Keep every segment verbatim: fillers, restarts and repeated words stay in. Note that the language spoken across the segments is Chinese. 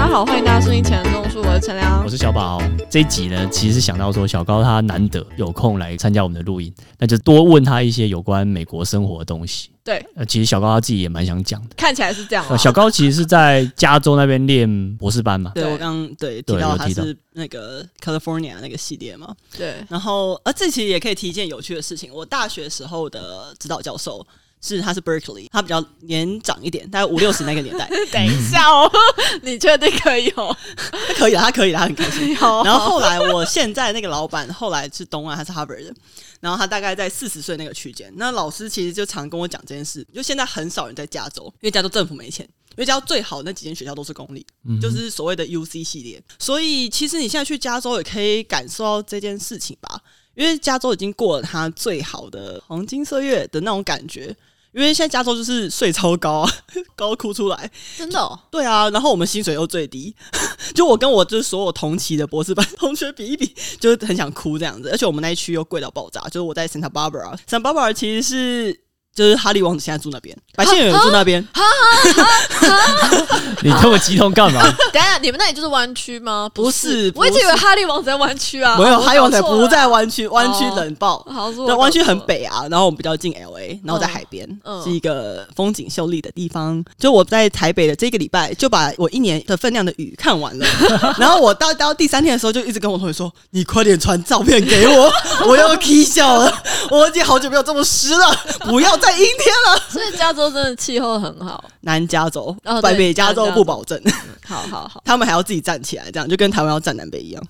好，欢迎大家收听《钱人种树》，我是陈良， 我是小宝。这一集呢，其实是想到说小高他难得有空来参加我们的录音，那就多问他一些有关美国生活的东西。 对， 呃，其实小高他自己也蛮想讲的， 看起来是这样、啊呃。小高其实是在加州那边练博士班嘛。 对，我刚刚对提到他是那个 California 那个系列嘛。 对， 然后呃，这其实也可以提一件有趣的事情。我大学时候的指导教授是他是 Berkeley， 他比较年长一点，大概五六十那个年代。 等一下哦，你确定可以哦？ 他可以的，他可以的，他很开心。 好， 然后后来我现在那个老板后来是东岸，他是 Harvard 的。然后他大概在四十岁那个区间，那老师其实就常跟我讲这件事，就现在很少人在加州，因为加州政府没钱，因为加州最好那几间学校都是公立，嗯、就是所谓的 U C 系列，所以其实你现在去加州也可以感受到这件事情吧，因为加州已经过了它最好的黄金岁月的那种感觉。因为现在加州就是税超高啊，高哭出来， 真的哦？ 对啊，然后我们薪水又最低，就我跟我就是所有同期的博士班同学比一比，就是很想哭这样子。而且我们那一区又贵到爆炸，就是我在 Santa Barbara，Santa Barbara 其实是就是哈利王子现在住那边，白先勇住那边。 你这么激动干嘛？ 等一下，你们那里就是湾区吗？ 不是， 我一直以为哈利王子在湾区啊。 没有，哈利王子不在湾区，湾区冷爆。 好， 对，湾区很北啊，然后我们比较近 L A， 然后在海边， 嗯、 是一个风景秀丽的地方。就我在台北的这个礼拜，就把我一年的分量的雨看完了。然后我到到第三天的时候，就一直跟我同学说：“你快点传照片给我，我要起笑了，我已经好久没有这么湿了，不要再阴天了。” 所以加州真的气候很好， 南加州、 哦、 北加州不保证。 好好好， 他们还要自己站起来，这样就跟台湾要站南北一样。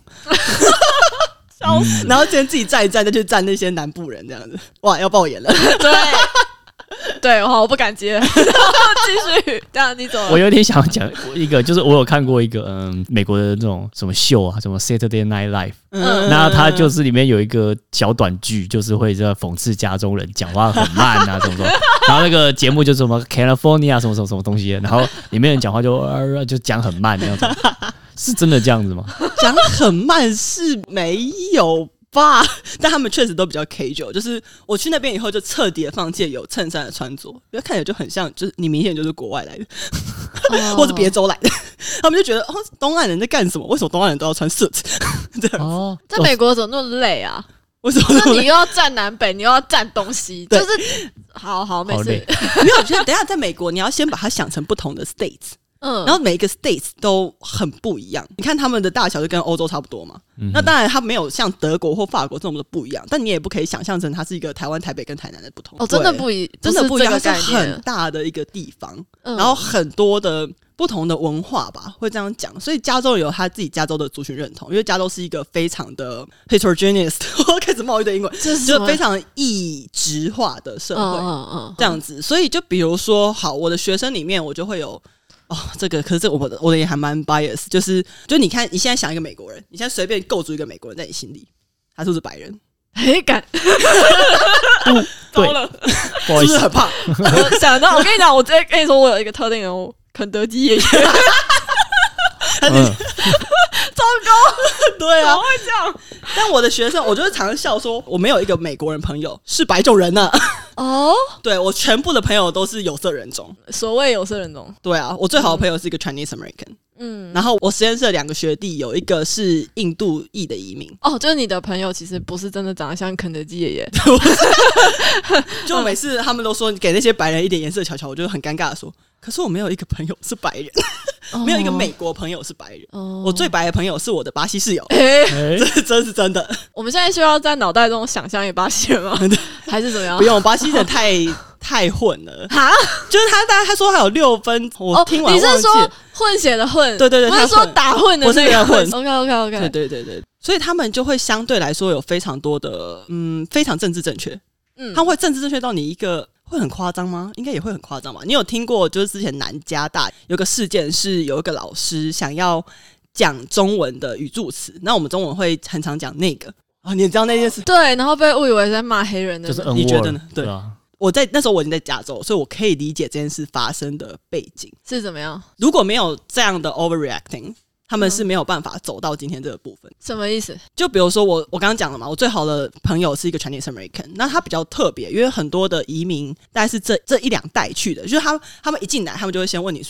然后今天自己站一站，再去站那些南部人，这样子，哇，要爆眼了。 对。对，我不敢接。继续，这样你走了。 我有点想讲一个，就是我有看过一个嗯美国的那种什么秀啊，什么 Saturday Night Live，嗯，那它就是里面有一个小短剧，就是会在讽刺加州人讲话很慢啊，什么什么。然后那个节目就是什么 California 什么什么什么东西，然后里面人讲话就、呃、就讲很慢那样子，是真的这样子吗？ 讲很慢是没有吧，但他们确实都比较 casual， 就是我去那边以后就彻底的放弃有衬衫的穿着，因为看起来就很像，就是你明显就是国外来的，哦、或者别州来的，他们就觉得哦，东岸人在干什么？为什么东岸人都要穿 suit？ 这样哦， 在美国怎么那么累啊？ 为什么？ 就是你又要站南北，你又要站东西，就是好好没事。 没有，就是等一下在美国，你要先把它想成不同的 states。嗯，然后每一个 states 都很不一样，你看他们的大小就跟欧洲差不多嘛。嗯、那当然它没有像德国或法国这么的不一样，但你也不可以想象成它是一个台湾台北跟台南的不同。 哦，真的不一， 真的不一样， 它是很大的一个地方，嗯、然后很多的不同的文化吧，会这样讲。所以加州有他自己加州的族群认同，因为加州是一个非常的 heterogeneous， 我开始冒一堆英文，就是非常异质化的社会，嗯嗯嗯、这样子。所以就比如说，好，我的学生里面我就会有。哦，这个可是这我的我的也还蛮 bias， 就是就你看你现在想一个美国人，你现在随便构筑一个美国人在你心里，他是不是白人？ 嘿，敢， 嗯，对了， 是不是很怕？ 我想到，我跟你讲，我直接跟你说，我有一个特定人物，肯德基爷爷。 嗯、糟糕，对啊， 怎么会这样？ 但我的学生，我就是常常笑说，我没有一个美国人朋友是白种人呢。哦，对我全部的朋友都是有色人种。 所谓有色人种， 对啊，我最好的朋友是一个 Chinese American。嗯，然后我实验室的两个学弟，有一个是印度裔的移民。 哦，就是你的朋友其实不是真的长得像肯德基爷爷。 就每次他们都说给那些白人一点颜色瞧瞧，我就很尴尬的说，可是我没有一个朋友是白人。哦、没有一个美国朋友是白人，哦、我最白的朋友是我的巴西室友，欸、这是真是真的。 我们现在需要在脑袋中想象一个巴西人吗？还是怎么样？ 不用，巴西人太太混了哈，就是他，大概他说他有六分，我听完忘记、哦、 你是说混血的混？ 对对对， 不是说打混的那个混。OK OK OK， 对对对对，所以他们就会相对来说有非常多的嗯，非常政治正确，嗯，他们会政治正确到你一个。会很夸张吗？应该也会很夸张吧。你有听过就是之前南加大有个事件，是有一个老师想要讲中文的语助词，那我们中文会很常讲那个啊，你知道那件事？ 对，然后被误以为在骂黑人的， 就是你觉得呢？对， 对啊， 我在那时候我已经在加州，所以我可以理解这件事发生的背景是怎么样。 如果没有这样的 overreacting，他们是没有办法走到今天这个部分。 什么意思？ 就比如说我我刚刚讲了嘛，我最好的朋友是一个 Chinese American， 那他比较特别，因为很多的移民大概是这这一两代去的，就是他他们一进来，他们就会先问你说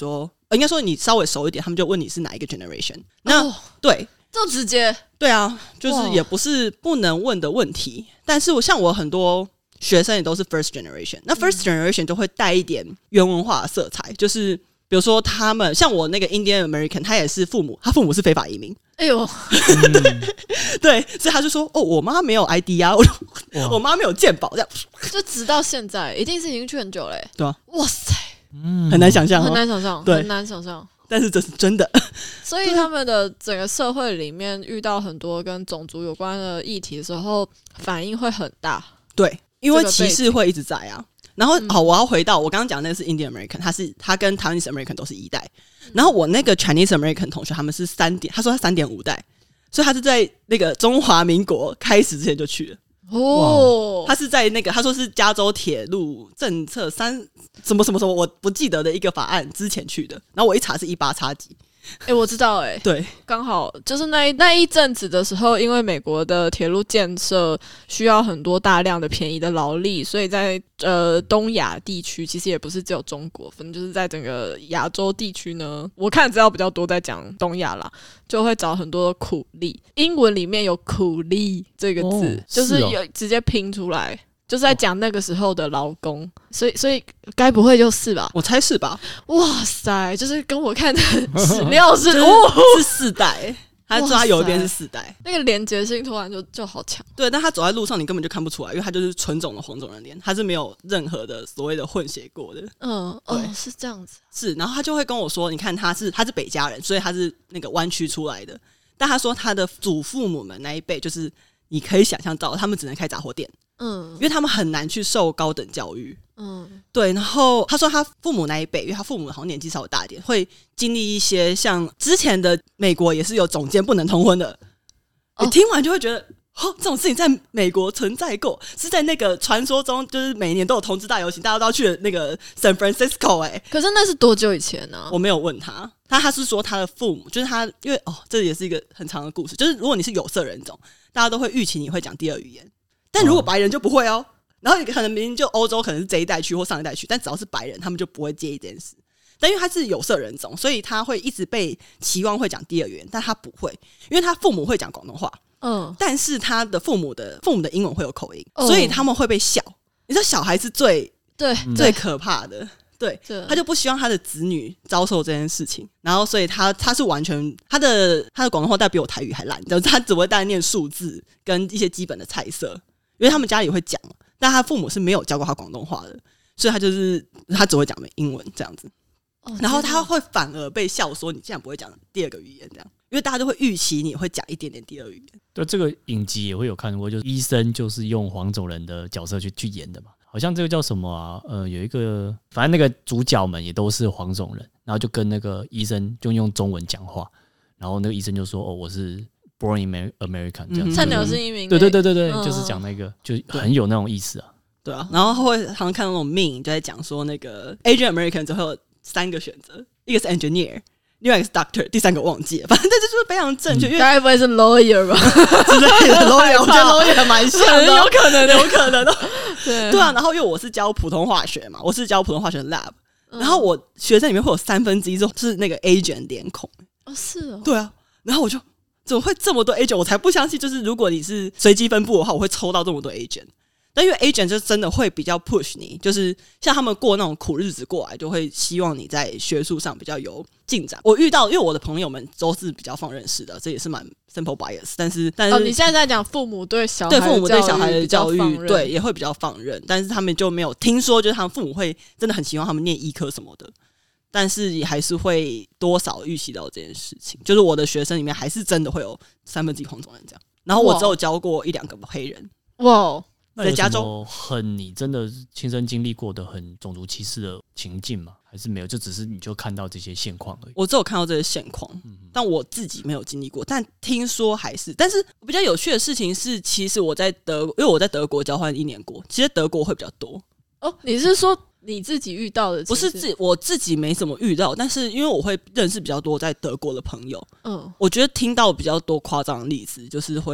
应该说你稍微熟一点，他们就问你是哪一个 generation。那、哦、对， 这么直接？ 对啊，就是也不是不能问的问题。但是我像我很多学生也都是 first generation， 那 first generation 就会带一点原文化的色彩，就是比如说他们像我那个 Indian American， 他也是父母，他父母是非法移民。 哎呦， 嗯、对，所以他就说：“哦，我妈没有 I D 啊，我我妈没有健保，这样。” 就直到现在，一定是已经去很久嘞、欸。 对啊， 哇塞， 嗯，很难想象、哦， 很难想象，很难想象。 但是这是真的。 所以他们的整个社会里面遇到很多跟种族有关的议题的时候，反应会很大。 对，因为歧视会一直在啊。然后，好，我要回到我刚刚讲的那个是 Indian American， 他是他跟 Taiwanese American 都是一代。然后我那个 Chinese American 同学他们是三点，他说他三点五代，所以他是在那个中华民国开始之前就去了。哦，他是在那个他说是加州铁路政策三什么什么什么我不记得的一个法案之前去的。然后我一查是一八叉几。 哎、欸，我知道、欸，哎， 对， 刚好就是那一那一阵子的时候，因为美国的铁路建设需要很多大量的便宜的劳力，所以在呃东亚地区，其实也不是只有中国，反正就是在整个亚洲地区呢，我看资料比较多在讲东亚啦，就会找很多的苦力，英文里面有苦力这个字，哦、就是有直接拼出来。就是在讲那个时候的劳工，所以所以该不会就是吧？ 我猜是吧？ 哇塞，就是跟我看的史料是哦，是四代，他说他有一边是四代， 那个连结性突然就就好强。 对，但他走在路上你根本就看不出来，因为他就是纯种的黄种人脸，他是没有任何的所谓的混血过的。 嗯，哦，是这样子。 是，然后他就会跟我说，你看他是他是北加人，所以他是那个湾区出来的，但他说他的祖父母们那一辈，就是你可以想象到，他们只能开杂货店。嗯，因为他们很难去受高等教育。嗯，对。然后他说他父母那一辈，因为他父母好像年纪稍微大一点，会经历一些像之前的美国也是有种间不能通婚的。哦、你听完就会觉得，哦，这种事情在美国存在过，是在那个传说中，就是每年都有同志大游行，大家都要去的那个 San Francisco、欸。哎， 可是那是多久以前呢、啊？ 我没有问他，他他是说他的父母，就是他，因为哦，这也是一个很长的故事，就是如果你是有色人种，大家都会预期你会讲第二语言。但如果白人就不会哦，然后可能明明就欧洲可能是这一代去或上一代去，但只要是白人，他们就不会介意这件事。但因为他是有色人种，所以他会一直被期望会讲第二语言，但他不会，因为他父母会讲广东话，嗯，但是他的父母的父母的英文会有口音，哦、所以他们会被笑。你知道小孩是最对最可怕的。对，他就不希望他的子女遭受这件事情，然后所以他他是完全他的他的广东话带比我台语还烂，就是他只会带念数字跟一些基本的菜色。因为他们家里会讲，但他父母是没有教过他广东话的，所以他就是他只会讲英文这样子。哦、然后他会反而被笑说你竟然不会讲第二个语言这样，因为大家都会预期你会讲一点点第二语言。 对，这个影集也会有看过，就是医生就是用黄种人的角色去去演的嘛。好像这个叫什么啊？呃，有一个，反正那个主角们也都是黄种人，然后就跟那个医生就用中文讲话，然后那个医生就说：“哦，我是 born in American 这样子。” 菜鸟是移民。 对对对对对，嗯、就是讲那个，就很有那种意思啊。 对啊，然后会常常看到那种 meme 就在讲说，那个 Asian American 就会有三个选择，一个是 engineer。另外一个是 doctor， 第三个忘记了，反正这就是非常正确。嗯、 该不会是 lawyer 吧之类的 lawyer， 我觉得 lawyer 蛮像的， 有可能的， 有可能的。对对啊，然后因为我是教普通化学嘛，我是教普通化学的 lab，、嗯、然后我学生里面会有三分之一是那个 agent 脸孔。 哦，是哦。 对啊，然后我就怎么会这么多 agent？ 我才不相信，就是如果你是随机分布的话，我会抽到这么多 agent。但因为 agent 就真的会比较 push 你，就是像他们过那种苦日子过来，就会希望你在学术上比较有进展。我遇到，因为我的朋友们都是比较放任式的，这也是蛮 simple bias。但是，但是、 哦、你现在在讲父母对小孩对父母对小孩的教育，对也会比较放任，但是他们就没有听说，就是他们父母会真的很希望他们念医科什么的。但是也还是会多少预期到这件事情，就是我的学生里面还是真的会有三分之一黄种人这样。然后我只有教过一两个黑人。 哇！ 在加州很你真的亲身经历过的很种族歧视的情境吗？还是没有？就只是你就看到这些现况而已。 我只有看到这些现况、嗯，但我自己没有经历过。但听说还是，但是比较有趣的事情是，其实我在德，因为我在德国交换一年过，其实德国会比较多。 哦，你是说你自己遇到的？ 不是自我自己没怎么遇到，但是因为我会认识比较多在德国的朋友，嗯，我觉得听到比较多夸张的例子，就是会。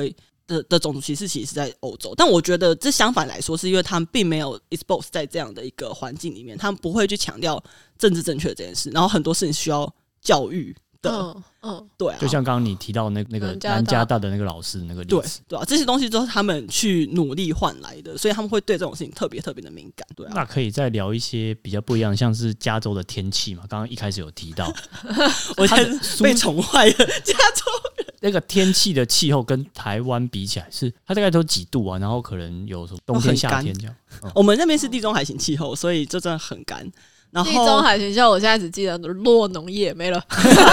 的, 的种族歧视其实是在欧洲，但我觉得这相反来说，是因为他们并没有 expose 在这样的一个环境里面，他们不会去强调政治正确这件事，然后很多事情需要教育的，嗯嗯，对啊， 就像刚刚你提到那那个南加大的那个老师那个例子， 对对啊，这些东西都是他们去努力换来的，所以他们会对这种事情特别特别的敏感，对啊。 那可以再聊一些比较不一样，像是加州的天气嘛，刚刚一开始有提到， 我现在是被宠坏了加州人。 那个天气的气候跟台湾比起来是，它大概都几度啊？然后可能有冬天、夏天这样。 嗯、我们那边是地中海型气候，所以这真的很干。然后地中海型气候，我现在只记得落农业没了。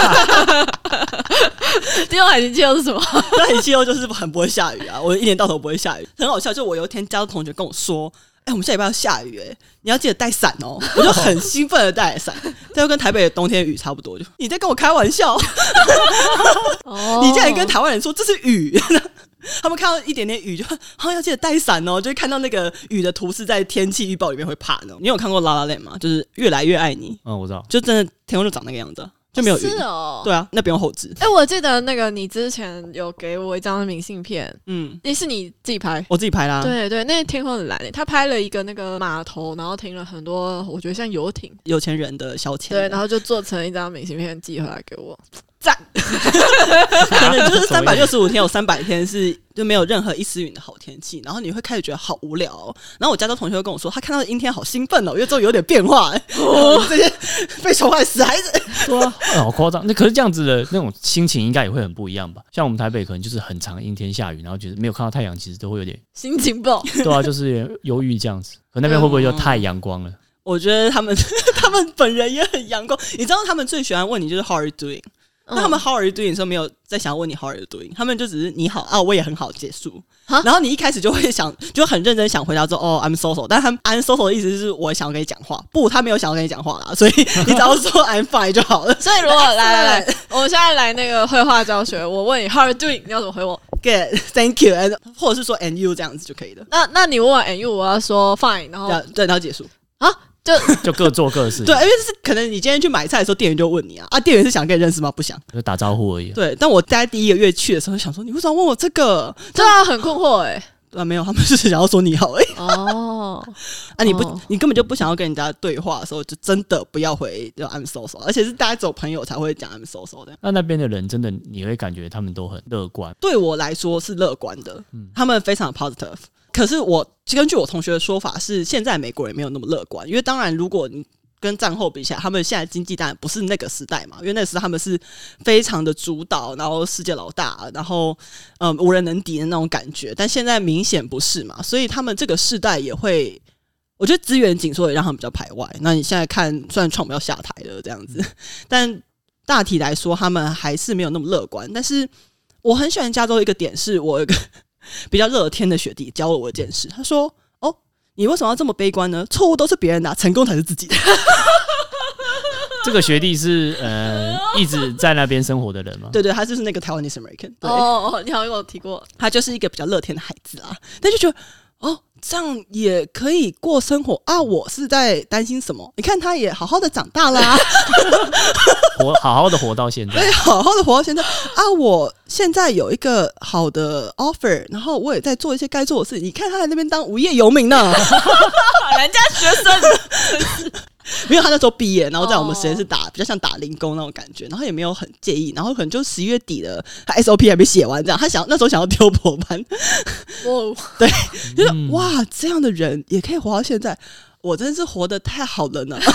地中海型气候是什么？ 地中海气候就是很不会下雨啊，我一年到头不会下雨，很好笑。就我有一天加州同学跟我说。哎、欸，我们下礼拜要下雨、欸，哎，你要记得带伞哦。我就很兴奋的带了伞，这就跟台北的冬天雨差不多。就你在跟我开玩笑，哦、你竟然跟台湾人说这是雨，他们看到一点点雨就好、哦、要记得带伞哦，就会看到那个雨的图是在天气预报里面会爬的。你有看过《La La Land》吗？就是越来越爱你。 嗯，我知道， 就真的天空就长那个样子。就没有云， 是哦， 对啊，那不用后置。 哎、欸，我记得那个你之前有给我一张明信片，嗯，那是你自己拍， 我自己拍啦。 对对，那天空很蓝，他拍了一个那个码头，然后停了很多，我觉得像游艇， 有钱人的消遣。 对，然后就做成一张明信片寄回来给我，赞。 可能就是三百六十五天有三百天是就没有任何一丝云的好天气，然后你会开始觉得好无聊、哦。然后我加州同学会跟我说，他看到阴天好兴奋哦，因为终于有点变化、欸。哦，这些被宠坏死孩子。 对啊，好夸张。那可是这样子的那种心情应该也会很不一样吧？像我们台北可能就是很常阴天下雨，然后觉得没有看到太阳，其实都会有点心情不好。 对啊，就是忧郁这样子。可那边会不会就太阳光了？ 我觉得他们他们本人也很阳光。你知道他们最喜欢问你就是 How are you doing？那他们 How are you doing 的时候没有在想要问你 How are you doing， 他们就只是你好啊，我也很好结束。然后你一开始就会想，就很认真想回答说哦 I'm so so， 但他们 I'm so so 的意思是我想要跟你讲话，不，他没有想要跟你讲话啦，所以你只要说 I'm fine 就好了。 所以如果来来来，我们现在来那个绘画教学，我问你 How are you doing， 你要怎么回我 ？Good， Thank you， and 或者是说 And you 这样子就可以了。 那那你问完 And you， 我要说 Fine， 然后对，然后结束啊。就就各做各的事情， 对，因为是可能你今天去买菜的时候，店员就问你啊，啊，店员是想跟你认识吗？不想， 就打招呼而已。 对，但我在第一个月去的时候，想说你为什么问我这个？ 对啊，很困惑哎、欸。 对啊，没有，他们就是想要说你好而已。 哦， 啊，你不，你根本就不想要跟人家对话的时候，就真的不要回就 I'm so so， 而且是大家只有朋友才会讲 I'm so so 的。 那那边的人真的，你会感觉他们都很乐观。 对我来说是乐观的，嗯、他们非常 positive。可是我根据我同学的说法是，现在美国人没有那么乐观，因为当然如果你跟战后比起来，他们现在经济当然不是那个时代嘛，因为那个时代他们是非常的主导，然后世界老大，然后嗯无人能敌的那种感觉，但现在明显不是嘛，所以他们这个世代也会，我觉得资源紧缩也让他们比较排外。那你现在看，虽然Trump要下台了这样子，但大体来说他们还是没有那么乐观。但是我很喜欢加州一个点是，我有一个比较乐天的学弟教了我一件事，他说：“哦，你为什么要这么悲观呢？错误都是别人的、啊，成功才是自己的。” 这个学弟是呃一直在那边生活的人吗？ 对对，他就是那个 Taiwanese American。 哦哦，你好像跟我提过， 他就是一个比较乐天的孩子啊，但就觉得哦，这样也可以过生活啊！我是在担心什么？你看他也好好的长大啦、啊， 活好好的活到现在， 对，好好的活到现在啊！我现在有一个好的 offer， 然后我也在做一些该做的事。你看他在那边当无业游民呢， 人家学生。 没有，他那时候毕业，然后在我们实验室打，比较像打零工那种感觉，然后也没有很介意，然后可能就十一月底了，他 S O P 还没写完，这样他想那时候想要丢博班， 哦， 对，就是、嗯、哇，这样的人也可以活到现在，我真的是活得太好了呢。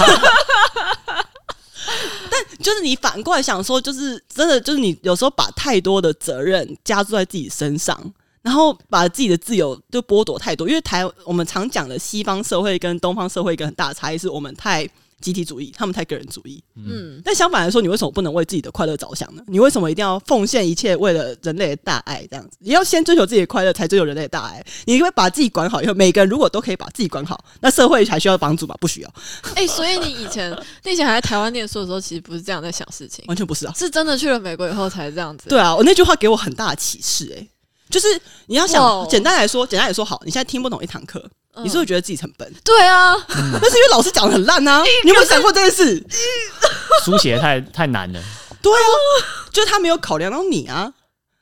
但就是你反过来想说，就是真的，就是你有时候把太多的责任加注在自己身上。然后把自己的自由就剥夺太多，因为台我们常讲的西方社会跟东方社会一个很大的差异是我们太集体主义，他们太个人主义。嗯，但相反来说，你为什么不能为自己的快乐着想呢？你为什么一定要奉献一切为了人类的大爱这样子？你要先追求自己的快乐，才追求人类的大爱。你会把自己管好以后，每个人如果都可以把自己管好，那社会还需要帮助吗？不需要。 哎、欸，所以你以前你以前还在台湾念书的时候，其实不是这样在想事情， 完全不是啊， 是真的去了美国以后才这样子。 对啊，我那句话给我很大的启示、欸，哎。就是你要想，简单来说，简单来说，好，你现在听不懂一堂课，嗯、你是不是觉得自己很笨？ 对啊， 嗯、那是因为老师讲得很烂啊！你有没有想过这件事？ 书写太太难了。 对啊，就是他没有考量到你啊。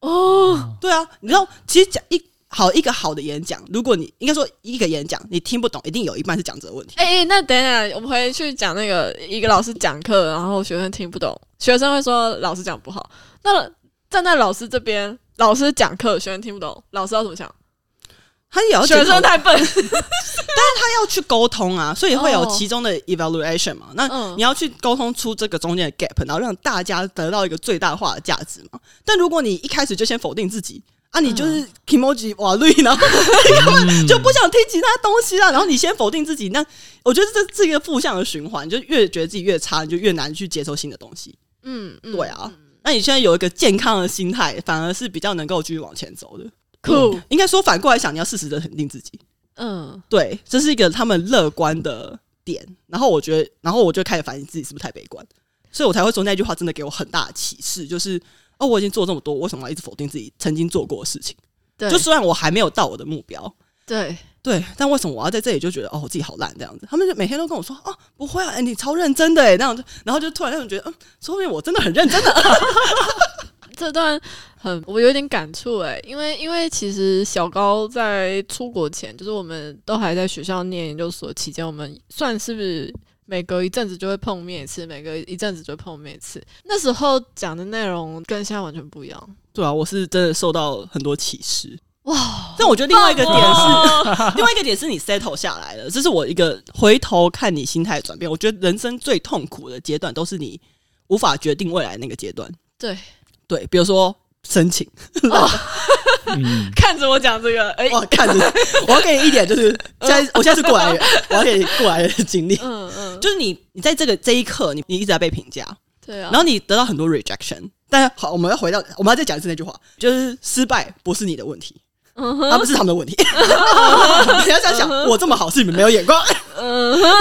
哦，对啊，你知道，其实讲一好一个好的演讲，如果你应该说一个演讲你听不懂，一定有一半是讲者的问题。 哎、欸欸，那等一下我们回去讲那个一个老师讲课，然后学生听不懂，学生会说老师讲不好。那站在老师这边，老师讲课，学生听不懂，老师要怎么想？ 他也要学生太笨，但是他要去沟通啊，所以会有其中的 evaluation 嘛。哦、那你要去沟通出这个中间的 gap， 然后让大家得到一个最大化的价值嘛。但如果你一开始就先否定自己啊，你就是 kimoji 瓦绿，然后就不想听其他东西啦，然后你先否定自己，那我觉得这是一个负向的循环，就越觉得自己越差，你就越难去接受新的东西。嗯，对啊。嗯、那你现在有一个健康的心态，反而是比较能够继续往前走的。酷、嗯，应该说反过来想，你要适时的肯定自己。嗯，对，这是一个他们乐观的点。然后我觉得，然后我就开始反省自己是不是太悲观，所以我才会说那句话真的给我很大的启示，就是哦，我已经做这么多，为什么要一直否定自己曾经做过的事情？对，就虽然我还没有到我的目标， 对对，但为什么我要在这里就觉得哦，我自己好烂这样子？他们就每天都跟我说哦，不会啊，欸、你超认真的哎，那样，然后就突然让人觉得，嗯，说不定我真的很认真的。 这段很我有点感触哎，因为因为其实小高在出国前，就是我们都还在学校念研究所期间，我们算是每隔一阵子就会碰面一次，每隔一阵子就会碰面一次。那时候讲的内容跟现在完全不一样。 对啊，我是真的受到很多启示。哇！但我觉得另外一个点是，哦、另外一个点是你 settle 下来了，这是我一个回头看你心态的转变。我觉得人生最痛苦的阶段，都是你无法决定未来的那个阶段。 对。 对，比如说申请， 哦嗯、看着我讲这个，哎、欸， 哇，看着，我要给你一点，就是现在，我现在是过来人，我要给你过来人的经历，嗯嗯，就是你，你在这个这一刻，你你一直在被评价，对啊，然后你得到很多 rejection， 但好，我们要回到，我们要再讲一次那句话，就是失败不是你的问题，嗯哼，它不是他们的问题，嗯、你要这样想，嗯、我这么好，是你们没有眼光，嗯哼。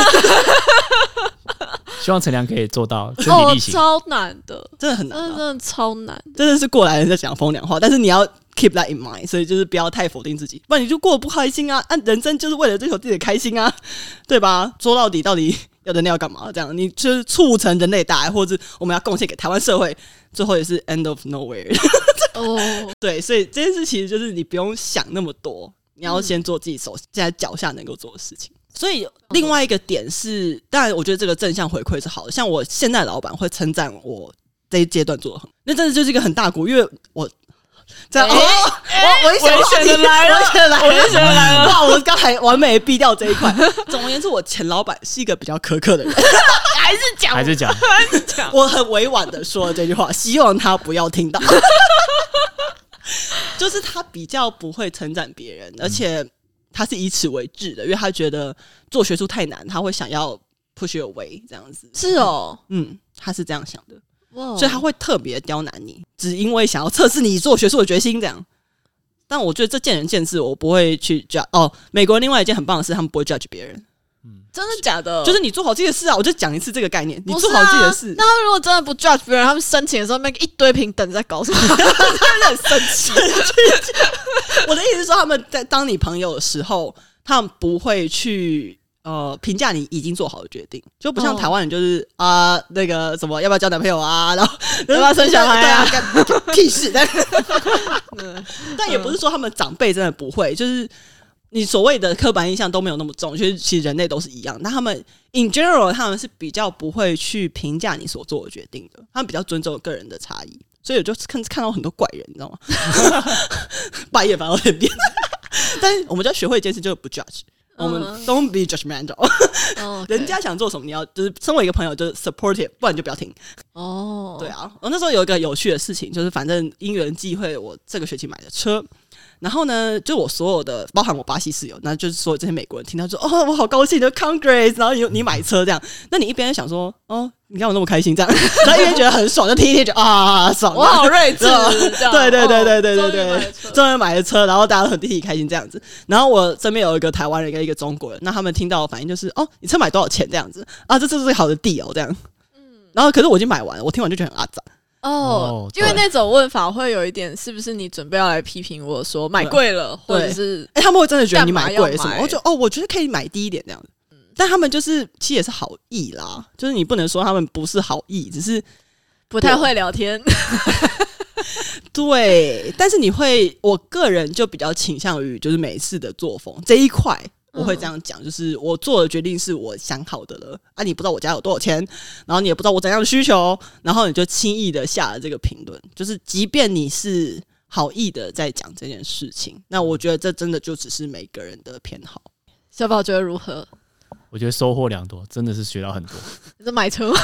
希望陈良可以做到身体力行、 哦、超难的， 真的很难、啊， 真的超难， 真的是过来人在讲风凉话，但是你要 keep that in mind， 所以就是不要太否定自己，不然你就过得不开心啊！啊，人生就是为了追求自己的开心啊，对吧？说到底，到底要人类要干嘛？这样，你就是促成人类大爱，或者我们要贡献给台湾社会，最后也是 end of nowhere。哦，对，所以这件事其实就是你不用想那么多，你要先做自己手现在脚下能够做的事情。所以另外一个点是，当然我觉得这个正向回馈是好的，像我现在老板会称赞我这一阶段做得很，那真的就是一个很大鼓，因为我这样、欸、哦，欸、我危险的来了，危险的来了，危险的来了！哇，我刚才完美避掉这一块。总而言之，我前老板是一个比较苛刻的人， 还是讲， 还是讲， 还是讲， 我很委婉的说了这句话，希望他不要听到。就是他比较不会称赞别人，而且。他是以此为志的，因为他觉得做学术太难，他会想要 push you away 这样子。 是哦， 嗯，他是这样想的，所以他会特别刁难你，只因为想要测试你做学术的决心这样。但我觉得这见仁见智，我不会去 judge。哦，美国另外一件很棒的是，他们不会 judge 别人。 真的假的？ 就是你做好自己的事啊！我就讲一次这个概念，你做好自己的事。 啊、那他们如果真的不 judge 别人，他们申请的时候那个一堆平等在搞什么？真的很生气。我的意思是说，他们在当你朋友的时候，他们不会去呃评价你已经做好的决定，就不像台湾人就是啊、呃、那个什么要不要交男朋友啊，然后要不要生小孩啊，屁事。但但也不是说他们长辈真的不会，就是你所谓的刻板印象都没有那么重，就是其实人类都是一样。那他们 in general 他们是比较不会去评价你所做的决定的，他们比较尊重个人的差异。所以我就看看到很多怪人，你知道吗？半夜翻到天边。但是我们就要学会一件事，就是不 judge，、嗯、我们 don't be judgmental、哦。Okay、人家想做什么，你要就是身为一个朋友就是 supportive， 不然你就不要听。哦，对啊。我那时候有一个有趣的事情，就是反正因缘际会，我这个学期买的车。然后呢，就我所有的，包含我巴西室友，那就是所有这些美国人听到说，哦，我好高兴，就 congrats， 然后你你买车这样，那你一边想说，哦，你看我那么开心这样，然后一边觉得很爽，就听一听觉得啊爽， 我好睿智， 对对对对对对对，终于买了车，然后大家都很替你开心这样子。然后我身边有一个台湾人跟一个中国人，那他们听到的反应就是，哦，你车买多少钱这样子啊？这这是好的 deal 这样。嗯，然后可是我已经买完了，我听完就觉得很阿杂。 哦，因为那种问法会有一点，是不是你准备要来批评我说买贵了，或者是哎、欸，他们会真的觉得你买贵什么？我就哦，我觉得可以买低一点这样子。嗯、但他们就是其实也是好意啦，就是你不能说他们不是好意，只是不太会聊天。 对，但是你会，我个人就比较倾向于就是美式的作风这一块。我会这样讲，就是我做的决定是我想好的了啊，你不知道我家有多少钱，然后你也不知道我怎样的需求，然后你就轻易的下了这个评论，就是即便你是好意的在讲这件事情，那我觉得这真的就只是每个人的偏好。 小宝觉得如何？ 我觉得收获良多，真的是学到很多。 你是买车吗？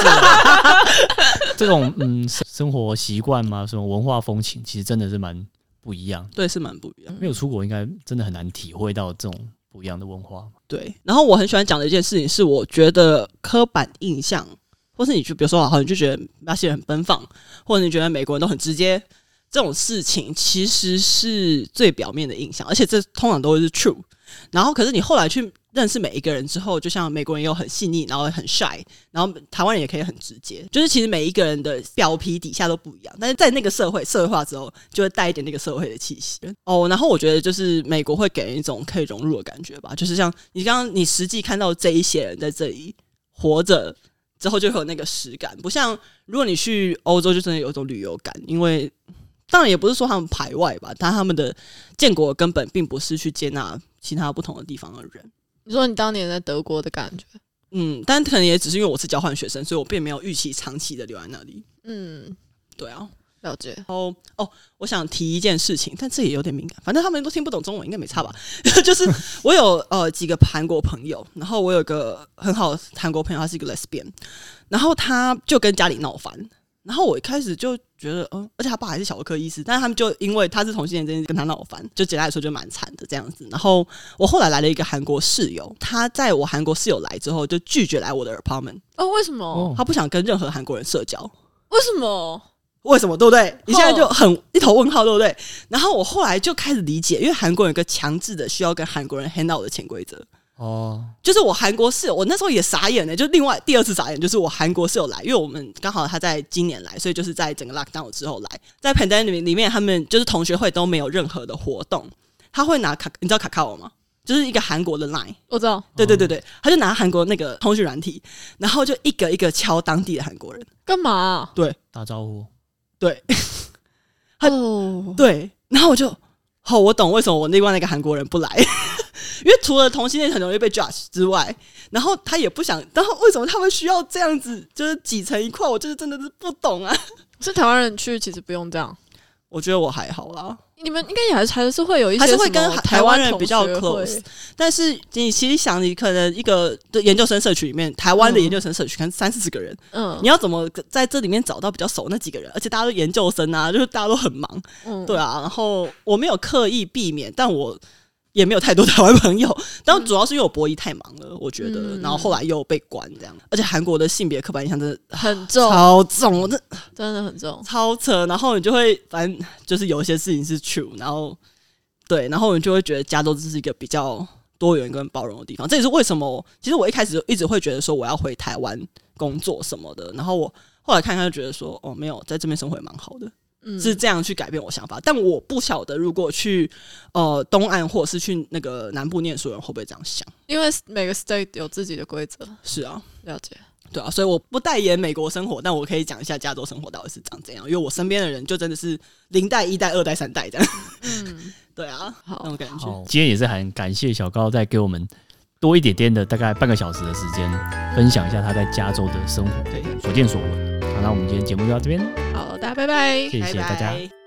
这种嗯生活习惯嘛，什么文化风情，其实真的是蛮不一样。 对，是蛮不一样。 没有出国，应该真的很难体会到这种不一样的文化。 对，然后我很喜欢讲的一件事情是，我觉得刻板印象，或是你就比如说，好，你就觉得那些人很奔放，或者你觉得美国人都很直接，这种事情其实是最表面的印象，而且这通常都是 true。然后，可是你后来去认识每一个人之后，就像美国人也有很细腻，然后很 shy， 然后台湾人也可以很直接，就是其实每一个人的表皮底下都不一样，但是在那个社会社会化之后，就会带一点那个社会的气息哦。然后我觉得就是美国会给人一种可以融入的感觉吧，就是像你刚刚你实际看到这一些人在这里活着之后，就会有那个实感，不像如果你去欧洲，就真的有一种旅游感，因为。当然也不是说他们排外吧，但他们的建国根本并不是去接纳其他不同的地方的人。 你说你当年在德国的感觉？ 嗯，但可能也只是因为我是交换学生，所以我并没有预期长期的留在那里。嗯，对啊， 了解。 然后哦，我想提一件事情，但这也有点敏感，反正他们都听不懂中文，应该没差吧？就是我有呃几个韩国朋友，然后我有个很好的韩国朋友，他是一个 lesbian， 然后他就跟家里闹翻。然后我一开始就觉得，嗯，而且他爸还是小儿科医师，但是他们就因为他是同性恋这件事跟他闹翻，就简单来说就蛮惨的这样子。然后我后来来了一个韩国室友，他在我韩国室友来之后就拒绝来我的 apartment。 哦，为什么？ 他不想跟任何韩国人社交。 为什么？ 为什么？对不对？你现在就很一头问号，对不对？然后我后来就开始理解，因为韩国人有一个强制的需要跟韩国人 hang out 的潜规则。哦，就是我韩国室友，我那时候也傻眼了，就另外第二次傻眼，就是我韩国室友来，因为我们刚好他在今年来，所以就是在整个 lockdown 之后来，在 pandemic 里面，他们就是同学会都没有任何的活动，他会拿卡，你知道卡卡欧吗？就是一个韩国的 line， 我知道， 对对对对，他就拿韩国那个通讯软体，然后就一个一个敲当地的韩国人， 干嘛啊？ 对， 打招呼， 对，他、oh. 对，然后我就，好、哦，我懂为什么我另外那个韩国人不来。因为除了同性恋很容易被 judge 之外，然后他也不想，然后为什么他们需要这样子，就是挤成一块？我就是真的是不懂啊。 是台湾人去其实不用这样， 我觉得我还好啦。 你们应该也还是还是会有一些， 还是会跟台湾人比较 close。但是你其实想，你可能一个研究生社区里面，台湾的研究生社区可能三四十个人，嗯，你要怎么在这里面找到比较熟那几个人？而且大家都研究生啊，就是大家都很忙，嗯，对啊。然后我没有刻意避免，但我。也没有太多台湾朋友，但主要是因为我博弈太忙了，我觉得，嗯、然后后来又被关这样，而且韩国的性别刻板印象真的很重， 超重，我真真的很重， 超扯。然后你就会，反正就是有一些事情是 true， 然后对，然后你就会觉得加州这是一个比较多元跟包容的地方。这也是为什么，其实我一开始一直会觉得说我要回台湾工作什么的，然后我后来看看就觉得说，哦，没有，在这边生活也蛮好的。是这样去改变我想法，但我不晓得如果去呃东岸或者是去那个南部念书的人会不会这样想， 因为每个 state 有自己的规则。 是啊， 了解， 对啊，所以我不代言美国生活，但我可以讲一下加州生活到底是长怎样，因为我身边的人就真的是零代、一代、二代、三代这样。嗯，对啊，好那种感觉。 今天也是很感谢小高再给我们多一点点的大概半个小时的时间，分享一下他在加州的生活，对，所见所闻。好，那我们今天节目就到这边。 好，大家拜拜， 谢谢大家。 拜拜。